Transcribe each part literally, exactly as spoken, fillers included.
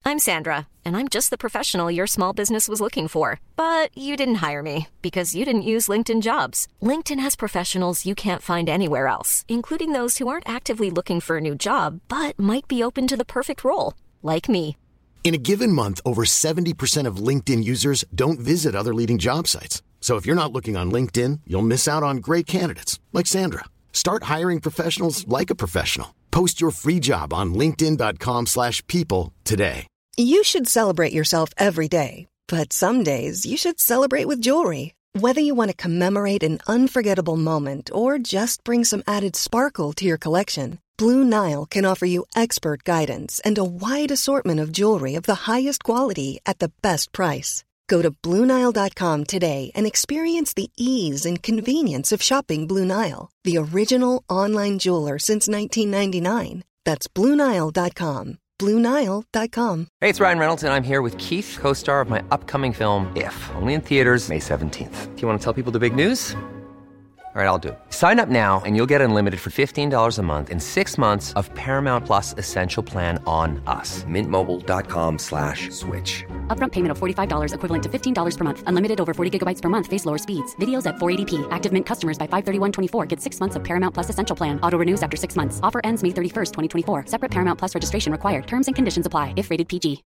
I'm Sandra, and I'm just the professional your small business was looking for. But you didn't hire me because you didn't use LinkedIn Jobs. LinkedIn has professionals you can't find anywhere else, including those who aren't actively looking for a new job, but might be open to the perfect role, like me. In a given month, over seventy percent of LinkedIn users don't visit other leading job sites. So if you're not looking on LinkedIn, you'll miss out on great candidates like Sandra. Start hiring professionals like a professional. Post your free job on linkedin dot com slash people today. You should celebrate yourself every day, but some days you should celebrate with jewelry. Whether you want to commemorate an unforgettable moment or just bring some added sparkle to your collection, Blue Nile can offer you expert guidance and a wide assortment of jewelry of the highest quality at the best price. Go to blue nile dot com today and experience the ease and convenience of shopping Blue Nile, the original online jeweler since nineteen ninety-nine. That's blue nile dot com. blue nile dot com. Hey, it's Ryan Reynolds, and I'm here with Keith, co-star of my upcoming film, If, only in theaters May seventeenth. Do you want to tell people the big news? All right, I'll do it. Sign up now and you'll get unlimited for fifteen dollars a month and six months of Paramount Plus Essential Plan on us. Mint Mobile dot com slash switch. Upfront payment of forty-five dollars equivalent to fifteen dollars per month. Unlimited over forty gigabytes per month. Face lower speeds. Videos at four eighty p. Active Mint customers by five thirty-one twenty-four get six months of Paramount Plus Essential Plan. Auto renews after six months. Offer ends May thirty-first, twenty twenty-four. Separate Paramount Plus registration required. Terms and conditions apply if rated P G.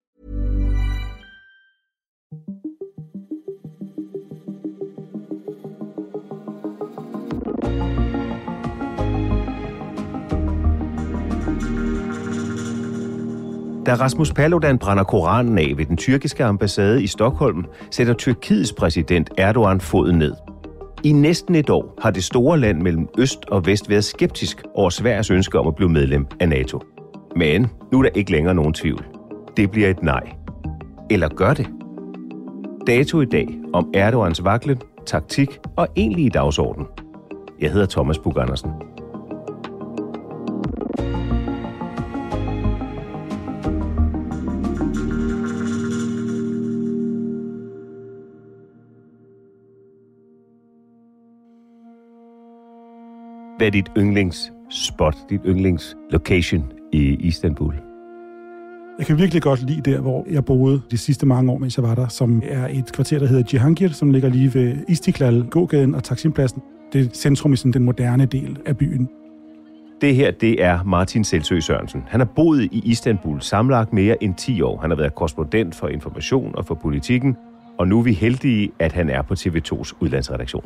Da Rasmus Paludan brænder Koranen af ved den tyrkiske ambassade i Stockholm, sætter Tyrkiets præsident Erdogan foden ned. I næsten et år har det store land mellem øst og vest været skeptisk over Sveriges ønske om at blive medlem af NATO. Men nu er der ikke længere nogen tvivl. Det bliver et nej. Eller gør det? Dato i dag om Erdogans vaklen, taktik og egentlige dagsorden. Jeg hedder Thomas Buch Andersen. Hvad er dit yndlingsspot, dit yndlingslocation i Istanbul? Jeg kan virkelig godt lide der, hvor jeg boede de sidste mange år, mens jeg var der, som er et kvarter, der hedder Cihangir, som ligger lige ved Istiklal, gågaden og Taksim-pladsen. Det er centrum i sådan den moderne del af byen. Det her, det er Martin Selsø Sørensen. Han har boet i Istanbul sammenlagt mere end ti år. Han har været korrespondent for Information og for Politikken, og nu er vi heldige, at han er på T V to's udlandsredaktion.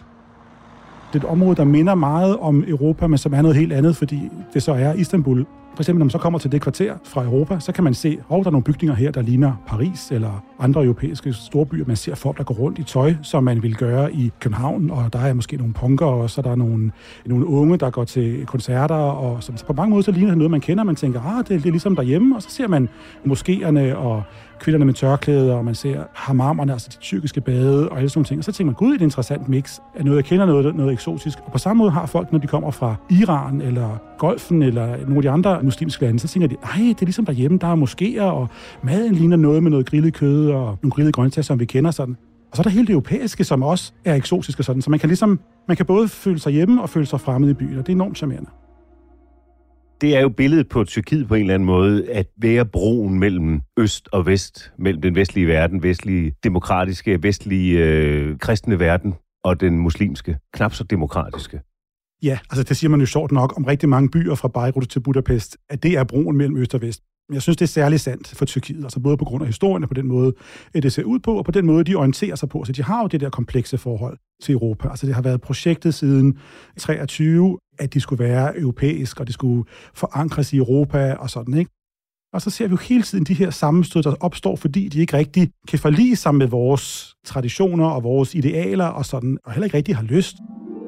Det er et område, der minder meget om Europa, men som er noget helt andet, fordi det så er Istanbul. For eksempel, når man så kommer til det kvarter fra Europa, så kan man se, at der er nogle bygninger her, der ligner Paris eller andre europæiske storbyer. Man ser folk, der går rundt i tøj, som man ville gøre i København, og der er måske nogle punker, og så er der nogle, nogle unge, der går til koncerter, og så på mange måder så ligner det noget, man kender. Man tænker, ah, det er, det er ligesom derhjemme, og så ser man moskéerne og kvinderne med tørklæder, og man ser hammamerne, altså de tyrkiske bade, og alle sådan nogle ting. Og så tænker man, gud, det er et interessant mix af noget, jeg kender, noget, noget eksotisk. Og på samme måde har folk, når de kommer fra Iran, eller Golfen, eller nogle af de andre muslimske lande, så tænker de, nej, det er ligesom derhjemme, der er moskéer, og maden ligner noget med noget grillet kød, og nogle grillede grøntsager, som vi kender sådan. Og så er der hele det europæiske, som også er eksotisk og sådan. Så man kan ligesom, man kan både føle sig hjemme og føle sig fremmed i byen, og det er enormt charmerende. Det er jo billedet på Tyrkiet på en eller anden måde, at være broen mellem øst og vest, mellem den vestlige verden, vestlige demokratiske, vestlige øh, kristne verden og den muslimske, knap så demokratiske. Ja, altså det siger man jo sjovt nok om rigtig mange byer fra Beirut til Budapest, at det er broen mellem øst og vest. Jeg synes, det er særligt sandt for Tyrkiet, altså både på grund af historien og på den måde, det ser ud på, og på den måde, de orienterer sig på. Så de har jo det der komplekse forhold til Europa. Altså det har været projektet siden treogtyve, at de skulle være europæisk, og det skulle forankres i Europa og sådan, ikke? Og så ser vi jo hele tiden de her sammenstød, der opstår, fordi de ikke rigtig kan forlige sig med vores traditioner og vores idealer og sådan, og heller ikke rigtig har lyst.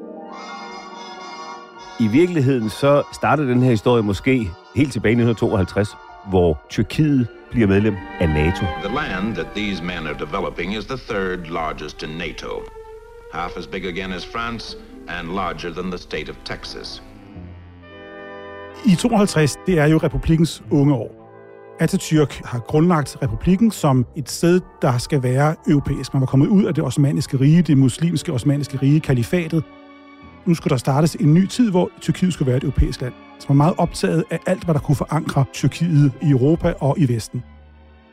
I virkeligheden så startede den her historie måske helt tilbage i nitten tooghalvtreds, hvor Tyrkiet bliver medlem af NATO. The land that these men are developing is the third largest in NATO. Half as big again as France and larger than the state of Texas. I tooghalvtreds, det er jo republikkens unge år. Atatürk har grundlagt republikken som et sted, der skal være europæisk. Man var kommet ud af det osmanniske rige, det muslimske osmanniske rige, kalifatet. Nu skulle der startes en ny tid, hvor Tyrkiet skulle være et europæisk land. Så man var meget optaget af alt, hvad der kunne forankre Tyrkiet i Europa og i Vesten.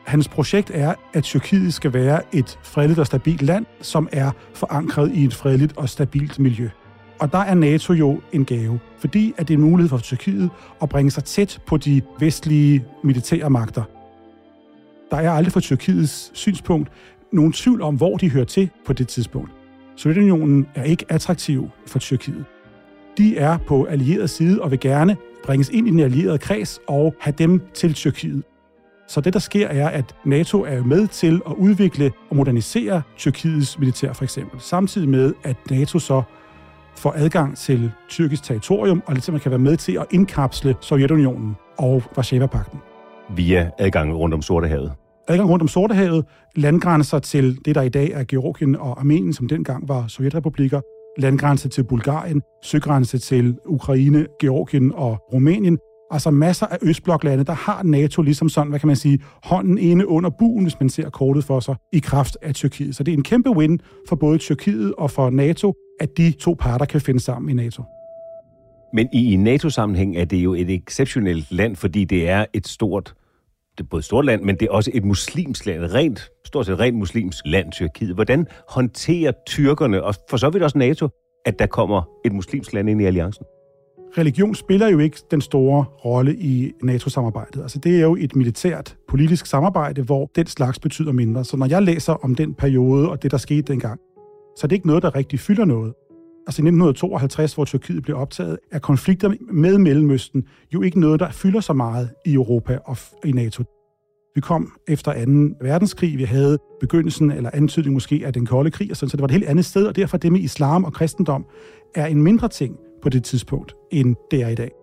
Hans projekt er, at Tyrkiet skal være et fredeligt og stabilt land, som er forankret i et fredeligt og stabilt miljø. Og der er NATO jo en gave, fordi at det er en mulighed for Tyrkiet at bringe sig tæt på de vestlige militære magter. Der er aldrig fra Tyrkiets synspunkt nogen tvivl om, hvor de hører til på det tidspunkt. Sovjetunionen er ikke attraktiv for Tyrkiet. De er på allieret side og vil gerne bringes ind i den allierede kreds og have dem til Tyrkiet. Så det, der sker, er, at NATO er med til at udvikle og modernisere Tyrkiets militær, for eksempel. Samtidig med, at NATO så får adgang til tyrkisk territorium, og ligesom man kan være med til at indkapsle Sovjetunionen og Warszava-pagten. Via adgang rundt om Sortehavet. Adgang rundt om Sortehavet, landgrænser til det, der i dag er Georgien og Armenien, som dengang var sovjetrepublikker, landgrænse til Bulgarien, søgrænse til Ukraine, Georgien og Rumænien. Altså masser af østbloklande, der har NATO ligesom sådan, hvad kan man sige, hånden inde under buen, hvis man ser kortet for sig, i kraft af Tyrkiet. Så det er en kæmpe win for både Tyrkiet og for NATO, at de to parter kan finde sammen i NATO. Men i NATO-sammenhæng er det jo et exceptionelt land, fordi det er et stort, det er både et stort land, men det er også et muslimsk land, et rent, stort set rent muslimsk land, Tyrkiet. Hvordan håndterer tyrkerne, og for så vidt også NATO, at der kommer et muslimsk land ind i alliancen? Religion spiller jo ikke den store rolle i NATO-samarbejdet. Altså det er jo et militært, politisk samarbejde, hvor den slags betyder mindre. Så når jeg læser om den periode og det, der skete dengang, så er det ikke noget, der rigtig fylder noget. Altså i nitten tooghalvtreds, hvor Tyrkiet blev optaget, er konflikter med Mellemøsten jo ikke noget, der fylder så meget i Europa og i NATO. Vi kom efter anden verdenskrig, vi havde begyndelsen eller antydning måske af den kolde krig, og sådan, så det var et helt andet sted, og derfor det med islam og kristendom er en mindre ting på det tidspunkt, end det er i dag.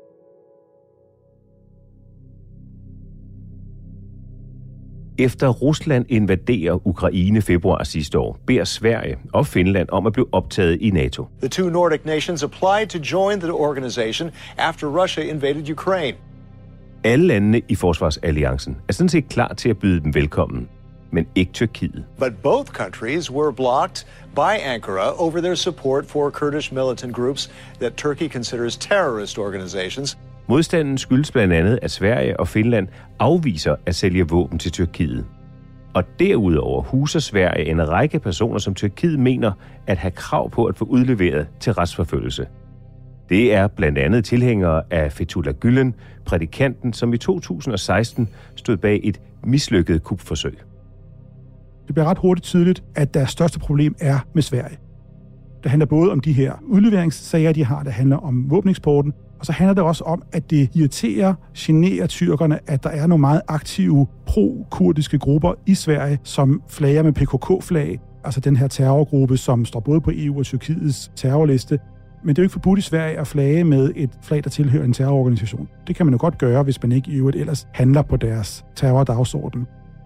Efter Rusland invaderer Ukraine februar sidste år, beder Sverige og Finland om at blive optaget i NATO. The two Nordic nations applied to join the organization after Russia invaded Ukraine. Alle landene i forsvarsalliancen er sådan set klar til at byde dem velkommen, men ikke Tyrkiet. But both countries were blocked by Ankara over their support for Kurdish militant groups that Turkey considers terrorist organizations. Modstanden skyldes blandt andet, at Sverige og Finland afviser at sælge våben til Tyrkiet. Og derudover huser Sverige en række personer, som Tyrkiet mener at have krav på at få udleveret til retsforfølgelse. Det er blandt andet tilhængere af Fethullah Gülen, prædikanten, som i to tusind og seksten stod bag et mislykket kupforsøg. Det bliver ret hurtigt tydeligt, at deres største problem er med Sverige. Det handler både om de her udleveringssager, de har, det handler om våbeneksporten, og så handler det også om, at det irriterer, generer tyrkerne, at der er nogle meget aktive pro-kurdiske grupper i Sverige, som flager med P K K-flag, altså den her terrorgruppe, som står både på E U og Tyrkiets terrorliste. Men det er jo ikke forbudt i Sverige at flage med et flag, der tilhører en terrororganisation. Det kan man jo godt gøre, hvis man ikke i øvrigt ellers handler på deres terrordagsorden.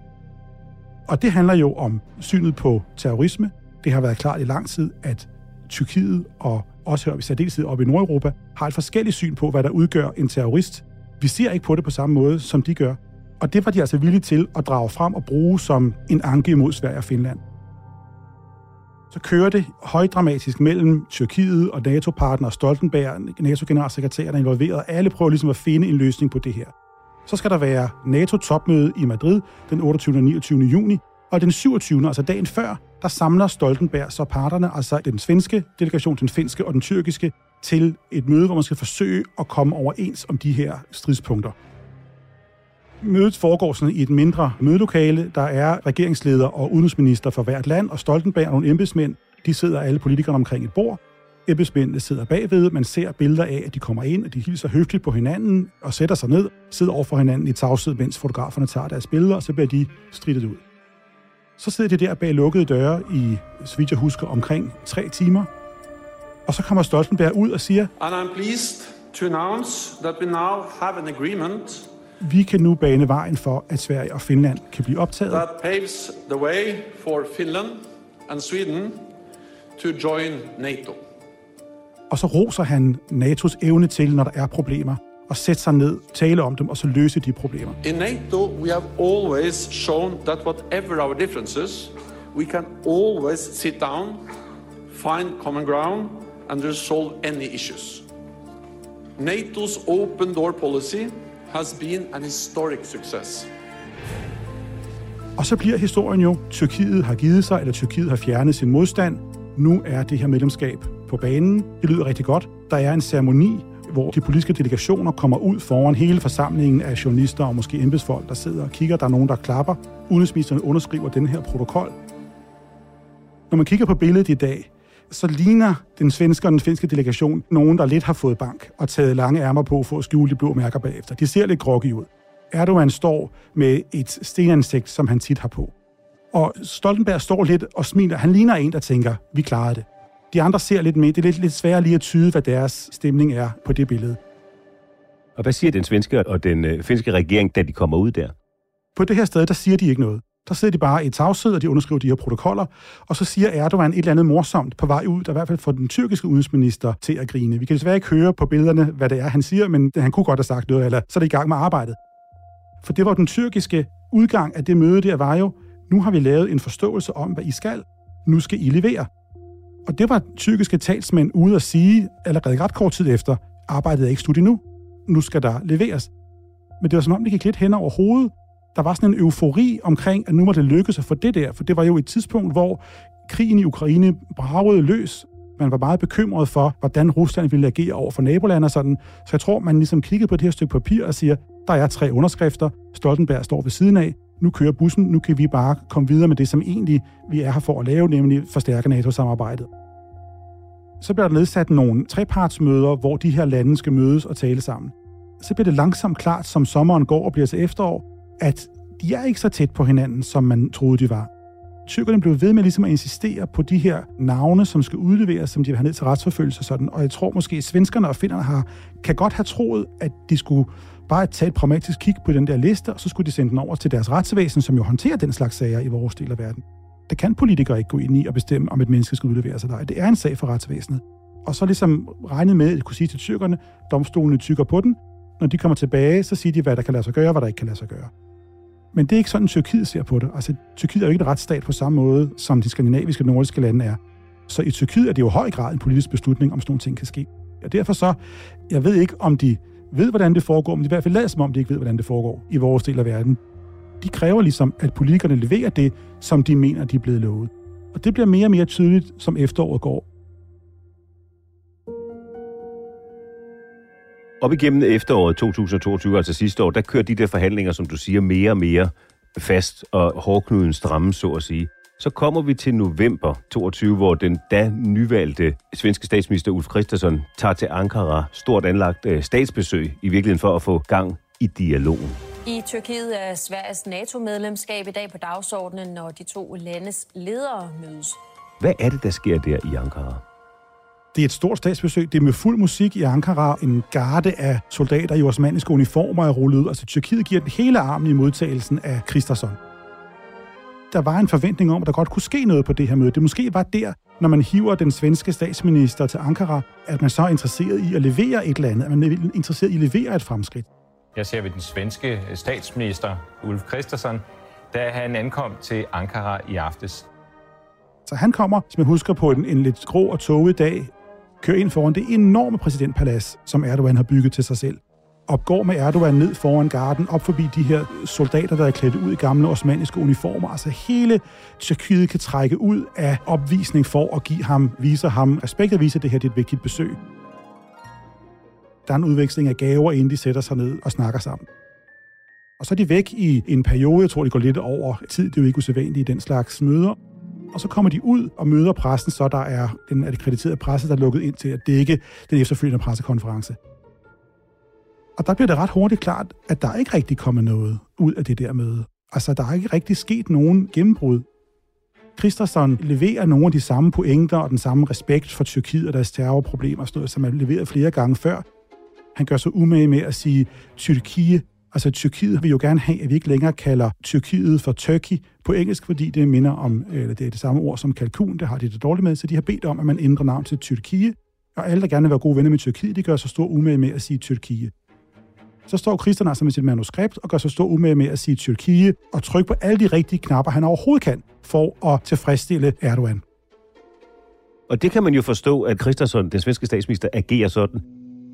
Og det handler jo om synet på terrorisme. Det har været klart i lang tid, at Tyrkiet og også her i særdeleshed oppe i Nordeuropa har et forskelligt syn på, hvad der udgør en terrorist. Vi ser ikke på det på samme måde, som de gør. Og det var de altså villige til at drage frem og bruge som en anke imod Sverige og Finland. Så kører det højdramatisk mellem Tyrkiet og NATO-partner Stoltenberg, NATO-generalsekretæren er involveret, og alle prøver ligesom at finde en løsning på det her. Så skal der være NATO-topmøde i Madrid den otteogtyvende og niogtyvende juni, og den syvogtyvende, altså dagen før, der samler Stoltenberg så parterne, altså den svenske delegation, den finske og den tyrkiske, til et møde, hvor man skal forsøge at komme overens om de her stridspunkter. Mødet foregår sådan i et mindre mødelokale. Der er regeringsleder og udenrigsminister for hvert land, og Stoltenberg og nogle embedsmænd, de sidder alle politikerne omkring et bord. Embedsmændene sidder bagved, man ser billeder af, at de kommer ind, og de hilser høfligt på hinanden og sætter sig ned, sidder over for hinanden i tavshed, mens fotograferne tager deres billeder, og så bliver de strittet ud. Så sidder de der bag lukkede døre i, så vidt jeg husker, omkring tre timer. Og så kommer Stoltenberg ud og siger, And I'm pleased to announce that we now have an agreement vi kan nu bane vejen for, at Sverige og Finland kan blive optaget. that paves the way for Finland and Sweden to join NATO. Og så roser han NATO's evne til, når der er problemer, og sætte sig ned, tale om dem, og så løse de problemer. In NATO, we have always shown that whatever our differences, we can always sit down, find common ground, and resolve any issues. NATO's open door policy has been an historic success. Og så bliver historien jo, Tyrkiet har givet sig, eller Tyrkiet har fjernet sin modstand. Nu er det her medlemskab på banen. Det lyder rigtig godt. Der er en ceremoni, hvor de politiske delegationer kommer ud foran hele forsamlingen af journalister og måske embedsfolk, der sidder og kigger. Der er nogen, der klapper. Udenrigsministeren underskriver den her protokol. Når man kigger på billedet i dag, så ligner den svenske og den finske delegation nogen, der lidt har fået bank og taget lange ærmer på for at skjule de blå mærker bagefter. De ser lidt groggy ud. Erdogan står med et stenansigt, som han tit har på. Og Stoltenberg står lidt og smiler. Han ligner en, der tænker, vi klarede det. De andre ser lidt med. Det er lidt, lidt sværere lige at tyde, hvad deres stemning er på det billede. Og hvad siger den svenske og den øh, finske regering, da de kommer ud der? På det her sted, der siger de ikke noget. Der sidder de bare i tavshed, og de underskriver de her protokoller, og så siger Erdogan et eller andet morsomt på vej ud, der i hvert fald får den tyrkiske udenrigsminister til at grine. Vi kan desværre ikke høre på billederne, hvad det er, han siger, men han kunne godt have sagt noget, eller så er det i gang med arbejdet. For det var den tyrkiske udgang af det møde der, var jo, nu har vi lavet en forståelse om, hvad I skal. Nu skal I levere. Og det var tyrkiske talsmænd ude at sige, allerede ret kort tid efter, arbejdet er ikke slut endnu. Nu skal der leveres. Men det var som om, det gik lidt hen over hovedet. Der var sådan en eufori omkring, at nu må det lykkes at få det der, for det var jo et tidspunkt, hvor krigen i Ukraine bragede løs. Man var meget bekymret for, hvordan Rusland ville agere over for nabolande og sådan. Så jeg tror, man ligesom kiggede på det her stykke papir og siger, der er tre underskrifter, Stoltenberg står ved siden af, nu kører bussen, nu kan vi bare komme videre med det, som egentlig vi er her for at lave, nemlig forstærke NATO-samarbejdet. Så bliver der nedsat nogle trepartsmøder, hvor de her lande skal mødes og tale sammen. Så bliver det langsomt klart, som sommeren går og bliver til efterår, at de er ikke så tæt på hinanden, som man troede, de var. Tyrkerne blev ved med ligesom at insistere på de her navne, som skal udleveres, som de vil have ned til retsforfølgelse og sådan. Og jeg tror måske, at svenskerne og finnerne har, kan godt have troet, at de skulle bare tage et pragmatisk kig på den der liste, og så skulle de sende den over til deres retsvæsen, som jo håndterer den slags sager i vores del af verden. Det kan politikere ikke gå ind i og bestemme, om et menneske skal udleveres eller ej. Det er en sag for retsvæsenet. Og så ligesom regnet med, at de kunne sige til tyrkerne, domstolene tykker på den. Når de kommer tilbage, så siger de, hvad der kan lade sig gøre, og hvad der ikke kan lade sig gøre. Men det er ikke sådan, Tyrkiet ser på det. Altså, Tyrkiet er jo ikke en retsstat på samme måde, som de skandinaviske og nordiske lande er. Så i Tyrkiet er det jo i høj grad en politisk beslutning, om sådan nogle ting kan ske. Og derfor så, jeg ved ikke, om de ved, hvordan det foregår, men de i hvert fald lader som om, de ikke ved, hvordan det foregår i vores del af verden. De kræver ligesom, at politikerne leverer det, som de mener, de er blevet lovet. Og det bliver mere og mere tydeligt, som efteråret går. Op igennem efteråret to tusind og toogtyve, altså sidste år, der kører de der forhandlinger, som du siger, mere og mere fast og hårdknuden stramme, så at sige. Så kommer vi til november toogtyve, hvor den da nyvalgte svenske statsminister Ulf Kristersson tager til Ankara, stort anlagt statsbesøg, i virkeligheden for at få gang i dialogen. I Tyrkiet er Sveriges NATO-medlemskab i dag på dagsordenen, når de to landes ledere mødes. Hvad er det, der sker der i Ankara? Det er et stort statsbesøg. Det er med fuld musik i Ankara. En garde af soldater i osmanniske uniformer er rullet ud. Altså Tyrkiet giver den hele armen i modtagelsen af Kristersson. Der var en forventning om, at der godt kunne ske noget på det her møde. Det måske var der, når man hiver den svenske statsminister til Ankara, at man så er interesseret i at levere et eller andet. At man er interesseret i at levere et fremskridt. Jeg ser ved den svenske statsminister Ulf Kristersson, da han ankom til Ankara i aftes. Så han kommer, som jeg husker, på en, en lidt grå og tåget dag, kører ind foran det enorme præsidentpalads, som Erdogan har bygget til sig selv, og går med Erdogan ned foran garden, op forbi de her soldater, der er klædt ud i gamle osmanniske uniformer. Altså hele Tyrkiet kan trække ud af opvisning for at give ham, vise ham respekt og vise, at det her det er et vigtigt besøg. Der er en udveksling af gaver, inden de sætter sig ned og snakker sammen. Og så er de væk i en periode, jeg tror, de går lidt over tid, det er jo ikke usædvanligt i den slags møder. Og så kommer de ud og møder pressen, så der er den akkrediterede presse, der er lukket ind til at dække den efterfølgende pressekonference. Og der bliver det ret hurtigt klart, at der ikke rigtig kommer noget ud af det der møde. Altså, der er ikke rigtig sket nogen gennembrud. Kristersson leverer nogle af de samme pointer og den samme respekt for Tyrkiet og deres terrorproblemer og sådan noget, som er leveret flere gange før. Han gør sig umage med at sige Tyrkiet. Altså, Tyrkiet vil jo gerne have, at vi ikke længere kalder Tyrkiet for Turkey på engelsk, fordi det minder om, eller det er det samme ord som kalkun, det har de det dårligt med, så de har bedt om, at man ændrer navn til Tyrkiet. Og alle, der gerne vil være gode venner med Tyrkiet, de gør så stor umage med at sige Tyrkiet. Så står Kristersson altså med sit manuskript og gør så stor umage med at sige Tyrkiet og trykke på alle de rigtige knapper, han overhovedet kan, for at tilfredsstille Erdogan. Og det kan man jo forstå, at Kristersson, den svenske statsminister, agerer sådan.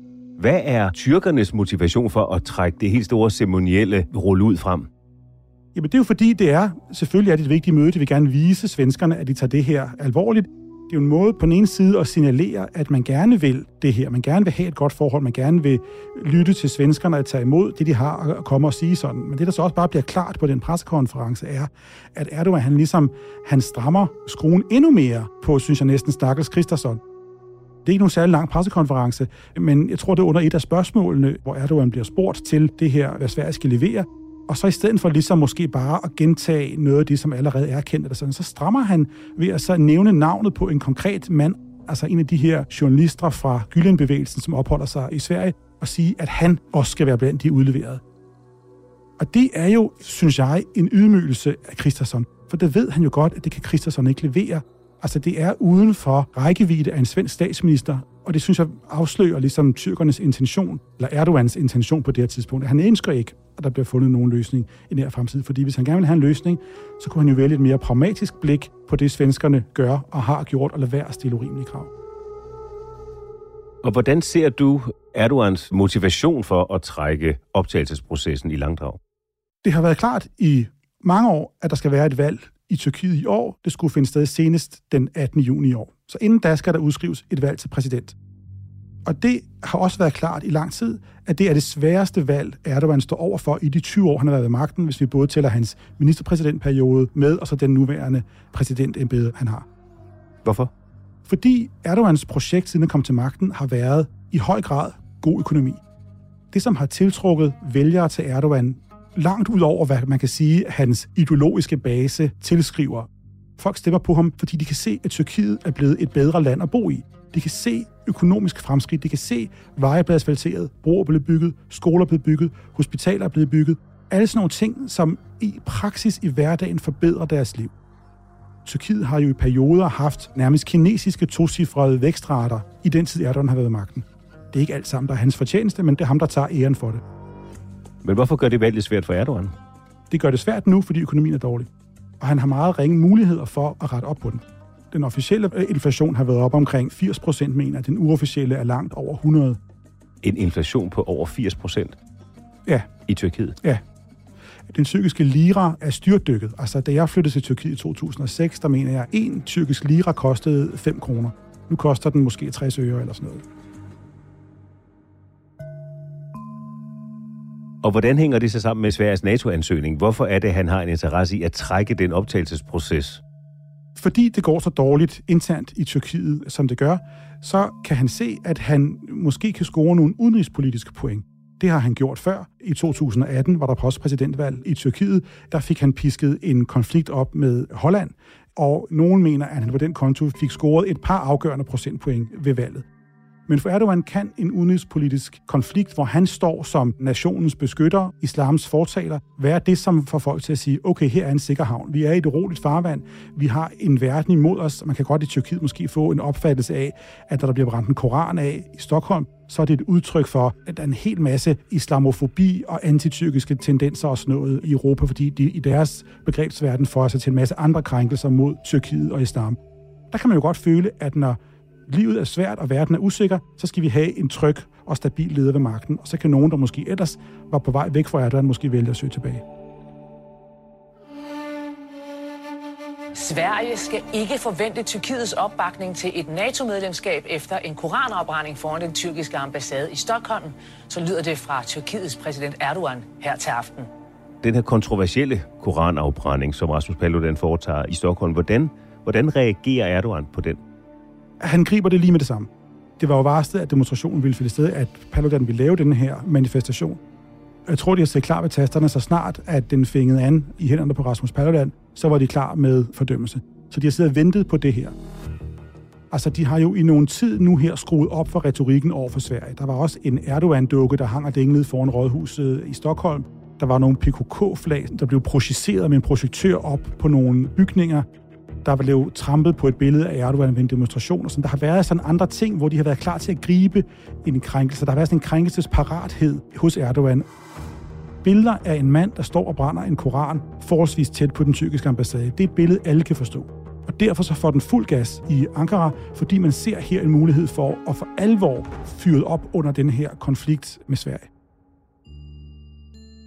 Hvad er tyrkernes motivation for at trække det helt store ceremonielle rulle ud frem? Jamen det er jo fordi, det er, selvfølgelig er det et vigtigt møde, de vil gerne vise svenskerne, at de tager det her alvorligt. Det er jo en måde på den ene side at signalere, at man gerne vil det her, man gerne vil have et godt forhold, man gerne vil lytte til svenskerne og tage imod det, de har at komme og sige sådan. Men det, der så også bare bliver klart på den pressekonference, er, at Erdogan, han ligesom, han strammer skruen endnu mere på, synes jeg næsten, stakkels Kristersson. Det er ikke nogen særlig lang pressekonference, men jeg tror, det er under et af spørgsmålene, hvor Erdogan bliver spurgt til det her, hvad Sverige skal levere. Og så i stedet for ligesom måske bare at gentage noget af det, som allerede er kendt, eller sådan, så strammer han ved at så nævne navnet på en konkret mand, altså en af de her journalister fra Gülenbevægelsen, som opholder sig i Sverige, og sige, at han også skal være blandt de udleverede. Og det er jo, synes jeg, en ydmygelse af Kristersson, for det ved han jo godt, at det kan Kristersson ikke levere. Altså det er uden for rækkevidde af en svensk statsminister, og det synes jeg afslører ligesom tyrkernes intention, eller Erdogans intention på det her tidspunkt. Han ønsker ikke, at der bliver fundet nogen løsning i nær fremtid, fordi hvis han gerne vil have en løsning, så kunne han jo vælge et mere pragmatisk blik på det, svenskerne gør og har gjort, og lade være at stille urimelige krav. Og hvordan ser du Erdogans motivation for at trække optagelsesprocessen i langdrag? Det har været klart i mange år, at der skal være et valg i Tyrkiet i år. Det skulle finde sted senest den attende juni i år. Så inden da skal der udskrives et valg til præsident. Og det har også været klart i lang tid, at det er det sværeste valg, Erdogan står overfor i de tyve år, han har været ved magten, hvis vi både tæller hans ministerpræsidentperiode med, og så den nuværende præsidentembede, han har. Hvorfor? Fordi Erdogans projekt, siden han kom til magten, har været i høj grad god økonomi. Det, som har tiltrukket vælgere til Erdogan, langt ud over, hvad man kan sige, hans ideologiske base tilskriver. Folk stemmer på ham, fordi de kan se, at Tyrkiet er blevet et bedre land at bo i. De kan se økonomisk fremskridt. De kan se, at veje er blevet asfalteret, broer er blevet bygget, skoler er blevet bygget, hospitaler er blevet bygget. Alle sådan nogle ting, som i praksis i hverdagen forbedrer deres liv. Tyrkiet har jo i perioder haft nærmest kinesiske tocifrede vækstrater i den tid, Erdogan har været ved magten. Det er ikke alt sammen, der er hans fortjeneste, men det er ham, der tager æren for det. Men hvorfor gør det valget svært for Erdogan? Det gør det svært nu, fordi økonomien er dårlig. Og han har meget ringe muligheder for at rette op på den. Den officielle inflation har været op omkring firs procent, mener den uofficielle er langt over hundrede. En inflation på over firs procent? Ja. I Tyrkiet? Ja. Den tyrkiske lira er styrtdykket. Altså, da jeg flyttede til Tyrkiet i to tusind og seks, der mener jeg, at en tyrkisk lira kostede fem kroner. Nu koster den måske tres øre eller sådan noget. Og hvordan hænger det så sammen med Sveriges NATO-ansøgning? Hvorfor er det, at han har en interesse i at trække den optagelsesproces? Fordi det går så dårligt internt i Tyrkiet, som det gør, så kan han se, at han måske kan score nogle udenrigspolitiske point. Det har han gjort før. I to tusind og atten var der postpræsidentvalg i Tyrkiet. Der fik han pisket en konflikt op med Holland, og nogen mener, at han på den konto fik scoret et par afgørende procentpoint ved valget. Men for Erdogan kan en udenrigspolitisk konflikt, hvor han står som nationens beskytter, islams fortaler, være det, som får folk til at sige, okay, her er en sikker havn. Vi er i et roligt farvand. Vi har en verden imod os. Man kan godt i Tyrkiet måske få en opfattelse af, at når der bliver brændt en koran af i Stockholm, så er det et udtryk for, at der er en hel masse islamofobi og antityrkiske tendenser og sådan noget i Europa, fordi de i deres begrebsverden får sig til en masse andre krænkelser mod Tyrkiet og islam. Der kan man jo godt føle, at når livet er svært, og verden er usikker, så skal vi have en tryg og stabil leder ved magten, og så kan nogen, der måske ellers var på vej væk fra Erdogan, måske vælge at søge tilbage. Sverige skal ikke forvente Tyrkiets opbakning til et NATO-medlemskab efter en koranafbrænding foran den tyrkiske ambassade i Stockholm. Så lyder det fra Tyrkiets præsident Erdogan her til aften. Den her kontroversielle koranafbrænding, som Rasmus Paludan foretager i Stockholm, hvordan, hvordan reagerer Erdogan på den? Han griber det lige med det samme. Det var jo varslet, at demonstrationen ville finde sted, at Paludan ville lave den her manifestation. Jeg tror, de har set klar ved tasterne, så snart at den fængede an i hænderne på Rasmus Paludan, så var de klar med fordømmelse. Så de har siddet og ventet på det her. Altså, de har jo i nogen tid nu her skruet op for retorikken over for Sverige. Der var også en Erdogan-dukke, der hang og dinglede foran rådhuset i Stockholm. Der var nogle P K K-flag, der blev projiceret med en projektør op på nogle bygninger. Der blev trampet på et billede af Erdogan ved en demonstration. Og sådan. Der har været sådan andre ting, hvor de har været klar til at gribe en krænkelse. Der har været sådan en krænkelsesparathed hos Erdogan. Billeder af en mand, der står og brænder en koran forholdsvis tæt på den tyrkiske ambassade. Det er et billede, alle kan forstå. Og derfor så får den fuld gas i Ankara, fordi man ser her en mulighed for at for alvor fyret op under den her konflikt med Sverige.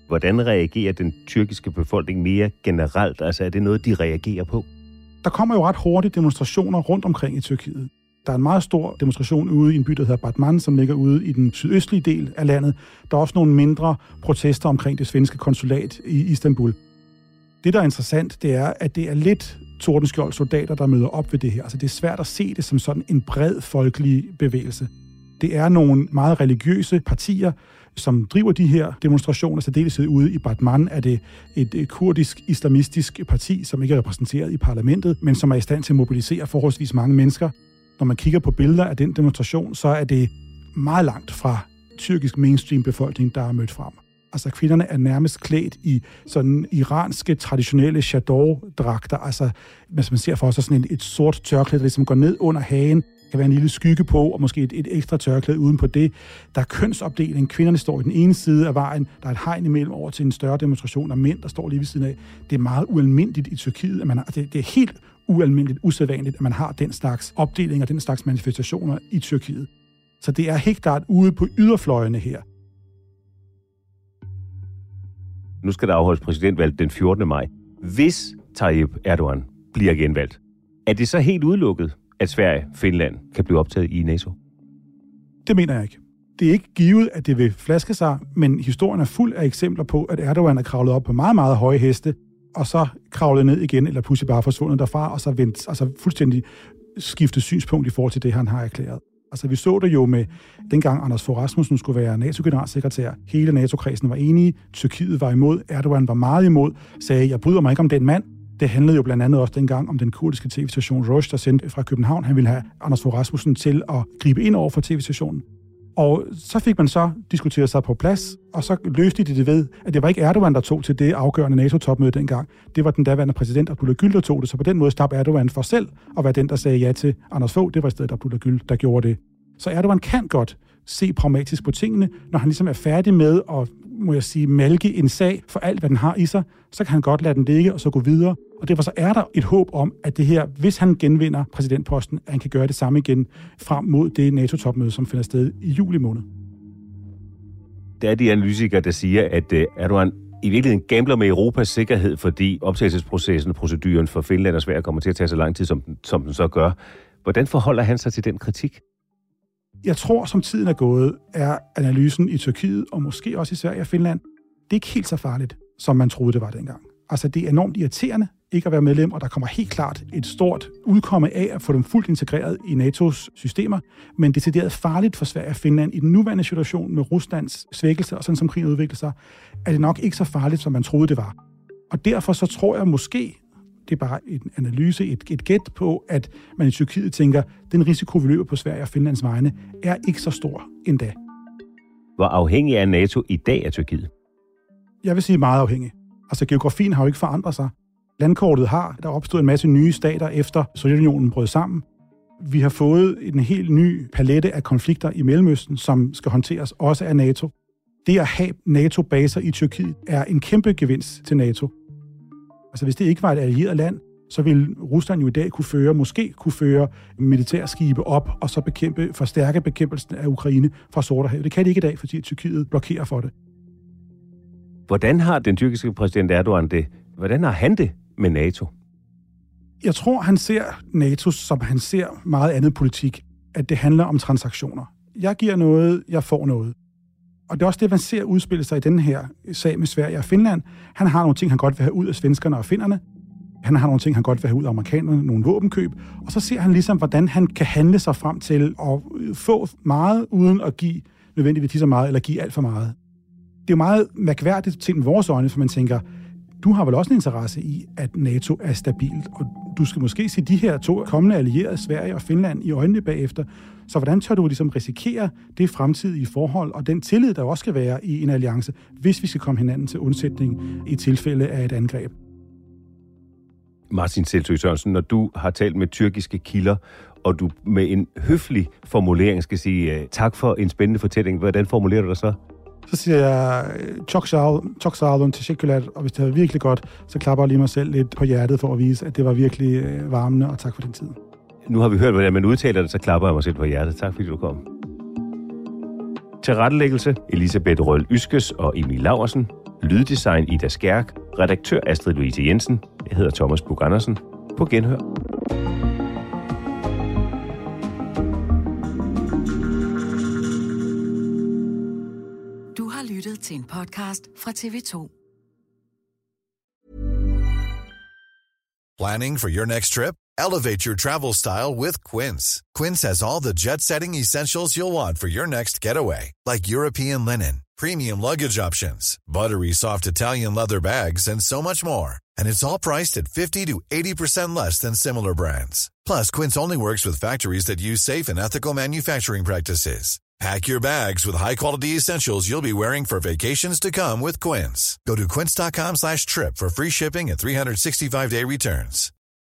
Hvordan reagerer den tyrkiske befolkning mere generelt? Altså er det noget, de reagerer på? Der kommer jo ret hurtigt demonstrationer rundt omkring i Tyrkiet. Der er en meget stor demonstration ude i en by, der hedder Batman, som ligger ude i den sydøstlige del af landet. Der er også nogle mindre protester omkring det svenske konsulat i Istanbul. Det, der er interessant, det er, at det er lidt Tordenskjold soldater, der møder op ved det her. Altså det er svært at se det som sådan en bred folkelig bevægelse. Det er nogle meget religiøse partier, som driver de her demonstrationer. Så dels ude i Batman er det et kurdisk islamistisk parti, som ikke er repræsenteret i parlamentet, men som er i stand til at mobilisere forholdsvis mange mennesker. Når man kigger på billeder af den demonstration, så er det meget langt fra tyrkisk mainstream-befolkning, der er mødt frem. Altså kvinderne er nærmest klædt i sådan iranske, traditionelle chador-dragter. Altså, hvis man ser for sig sådan et sort tørklæde, der ligesom går ned under hagen, kan være en lille skygge på, og måske et, et ekstra tørklæde uden på det. Der er kønsopdeling. Kvinderne står i den ene side af vejen. Der er et hegn imellem over til en større demonstration af mænd, der står lige ved siden af. Det er meget ualmindeligt i Tyrkiet. At man har, det, det er helt ualmindeligt, usædvanligt, at man har den slags opdelinger, den slags manifestationer i Tyrkiet. Så det er helt klart ude på yderfløjene her. Nu skal der afholdes præsidentvalg den fjortende maj. Hvis Tayyip Erdogan bliver genvalgt, er det så helt udelukket, at Sverige, Finland kan blive optaget i NATO? Det mener jeg ikke. Det er ikke givet, at det vil flaske sig, men historien er fuld af eksempler på, at Erdogan er kravlet op på meget, meget høje heste, og så kravlet ned igen, eller pludselig bare forsvundet derfra, og så vendt, altså fuldstændig skiftet synspunkt i forhold til det, han har erklæret. Altså, vi så det jo med, dengang Anders Fogh Rasmussen skulle være NATO-generalsekretær. Hele NATO-kredsen var enige, Tyrkiet var imod, Erdogan var meget imod, sagde, jeg bryder mig ikke om den mand. Det handlede jo blandt andet også dengang om den kurdiske tv-station Rosh, der sendte fra København. Han ville have Anders Fogh Rasmussen til at gribe ind over for tv-stationen. Og så fik man så diskuteret sig på plads, og så løste de det ved, at det var ikke Erdogan, der tog til det afgørende NATO-topmøde dengang. Det var den daværende præsident Abdullah Gül, der tog det. Så på den måde slap Erdogan for selv at være den, der sagde ja til Anders Fogh. Det var i stedet Abdullah Gül, der gjorde det. Så Erdogan kan godt se pragmatisk på tingene, når han ligesom er færdig med at, må jeg sige, malke en sag for alt, hvad den har i sig, så kan han godt lade den ligge og så gå videre. Og derfor så er der et håb om, at det her, hvis han genvinder præsidentposten, at han kan gøre det samme igen frem mod det NATO-topmøde, som finder sted i juli måned. Der er de analytikere, der siger, at Erdogan i virkeligheden gambler med Europas sikkerhed, fordi optagelsesprocessen og proceduren for Finland og Sverige kommer til at tage så lang tid, som den, som den så gør. Hvordan forholder han sig til den kritik? Jeg tror, som tiden er gået, er analysen i Tyrkiet, og måske også i Sverige og Finland, det er ikke helt så farligt, som man troede, det var dengang. Altså, det er enormt irriterende ikke at være medlem, og der kommer helt klart et stort udkomme af at få dem fuldt integreret i NATO's systemer, men det er decideret farligt for Sverige og Finland i den nuværende situation med Ruslands svækkelse, og sådan som krigen udvikler sig, er det nok ikke så farligt, som man troede, det var. Og derfor så tror jeg måske, det er bare en analyse, et, et gæt på, at man i Tyrkiet tænker, den risiko, vi løber på Sverige og Finlands vegne, er ikke så stor endda. Hvor afhængig er NATO i dag af Tyrkiet? Jeg vil sige meget afhængig. Altså, geografien har jo ikke forandret sig. Landkortet har, der er opstået en masse nye stater efter Sovjetunionen brød sammen. Vi har fået en helt ny palette af konflikter i Mellemøsten, som skal håndteres også af NATO. Det at have NATO-baser i Tyrkiet er en kæmpe gevinst til NATO. Altså, hvis det ikke var et allieret land, så ville Rusland jo i dag kunne føre, måske kunne føre militærskibe op, og så bekæmpe, forstærke bekæmpelsen af Ukraine fra Sortehavet. Det kan de ikke i dag, fordi Tyrkiet blokerer for det. Hvordan har den tyrkiske præsident Erdogan det? Hvordan har han det med NATO? Jeg tror, han ser NATO, som han ser meget andet politik, at det handler om transaktioner. Jeg giver noget, jeg får noget. Og det er også det, man ser udspille sig i den her sag med Sverige og Finland. Han har nogle ting, han godt vil have ud af svenskerne og finnerne. Han har nogle ting, han godt vil have ud af amerikanerne, nogle våbenkøb. Og så ser han ligesom, hvordan han kan handle sig frem til at få meget, uden at give nødvendigvis lige så meget, eller give alt for meget. Det er meget mærkværdigt til vores øjne, for man tænker, du har vel også en interesse i, at NATO er stabilt, og du skal måske se de her to kommende allierede, Sverige og Finland, i øjnene bagefter. Så hvordan tør du ligesom risikere det fremtidige forhold, og den tillid, der også skal være i en alliance, hvis vi skal komme hinanden til undsætning i tilfælde af et angreb? Martin Seltø Sørensen, når du har talt med tyrkiske kilder, og du med en høflig formulering skal sige tak for en spændende fortælling, hvordan formulerer du dig så? Så siger jeg, çok sağ olun, teşekkürler, og hvis det var virkelig godt, så klapper jeg lige mig selv lidt på hjertet for at vise, at det var virkelig varmende, og tak for den tid. Nu har vi hørt, hvordan man udtaler det, så klapper jeg mig selv på hjertet. Tak fordi du kom. Tilrettelæggelse Elisabeth Røhl Yskes og Emil Laursen. Lyddesign Ida Skærk. Redaktør Astrid Louise Jensen. Jeg hedder Thomas Buch Andersen. På genhør. Du har lyttet til en podcast fra T V to. Planning for your next trip? Elevate your travel style with Quince. Quince has all the jet-setting essentials you'll want for your next getaway, like European linen, premium luggage options, buttery soft Italian leather bags, and so much more. And it's all priced at fifty to eighty percent less than similar brands. Plus, Quince only works with factories that use safe and ethical manufacturing practices. Pack your bags with high-quality essentials you'll be wearing for vacations to come with Quince. Go to quince dot com slash trip for free shipping and three sixty-five day returns.